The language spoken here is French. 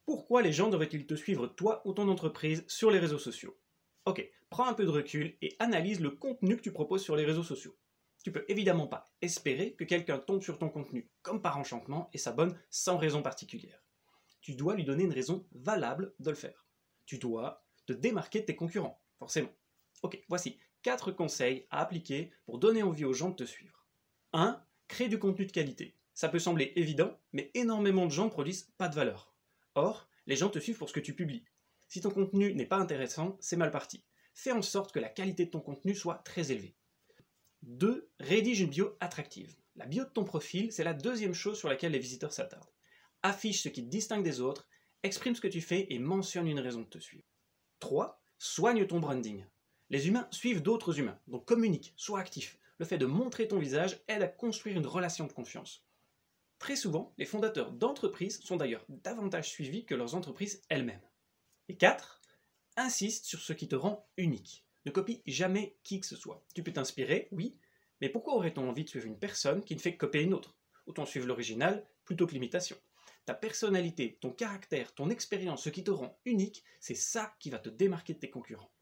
Pourquoi les gens devraient-ils te suivre toi ou ton entreprise sur les réseaux sociaux? Ok, prends un peu de recul et analyse le contenu que tu proposes sur les réseaux sociaux. Tu peux évidemment pas espérer que quelqu'un tombe sur ton contenu comme par enchantement et s'abonne sans raison particulière. Tu dois lui donner une raison valable de le faire. Tu dois te démarquer de tes concurrents, forcément. Ok, voici 4 conseils à appliquer pour donner envie aux gens de te suivre. 1. Crée du contenu de qualité. Ça peut sembler évident, mais énormément de gens ne produisent pas de valeur. Or, les gens te suivent pour ce que tu publies. Si ton contenu n'est pas intéressant, c'est mal parti. Fais en sorte que la qualité de ton contenu soit très élevée. 2. Rédige une bio attractive. La bio de ton profil, c'est la deuxième chose sur laquelle les visiteurs s'attardent. Affiche ce qui te distingue des autres, exprime ce que tu fais et mentionne une raison de te suivre. 3. Soigne ton branding. Les humains suivent d'autres humains, donc communique, sois actif. Le fait de montrer ton visage aide à construire une relation de confiance. Très souvent, les fondateurs d'entreprises sont d'ailleurs davantage suivis que leurs entreprises elles-mêmes. Et 4. Insiste sur ce qui te rend unique. Ne copie jamais qui que ce soit. Tu peux t'inspirer, oui, mais pourquoi aurait-on envie de suivre une personne qui ne fait que copier une autre? Autant suivre l'original plutôt que l'imitation. Ta personnalité, ton caractère, ton expérience, ce qui te rend unique, c'est ça qui va te démarquer de tes concurrents.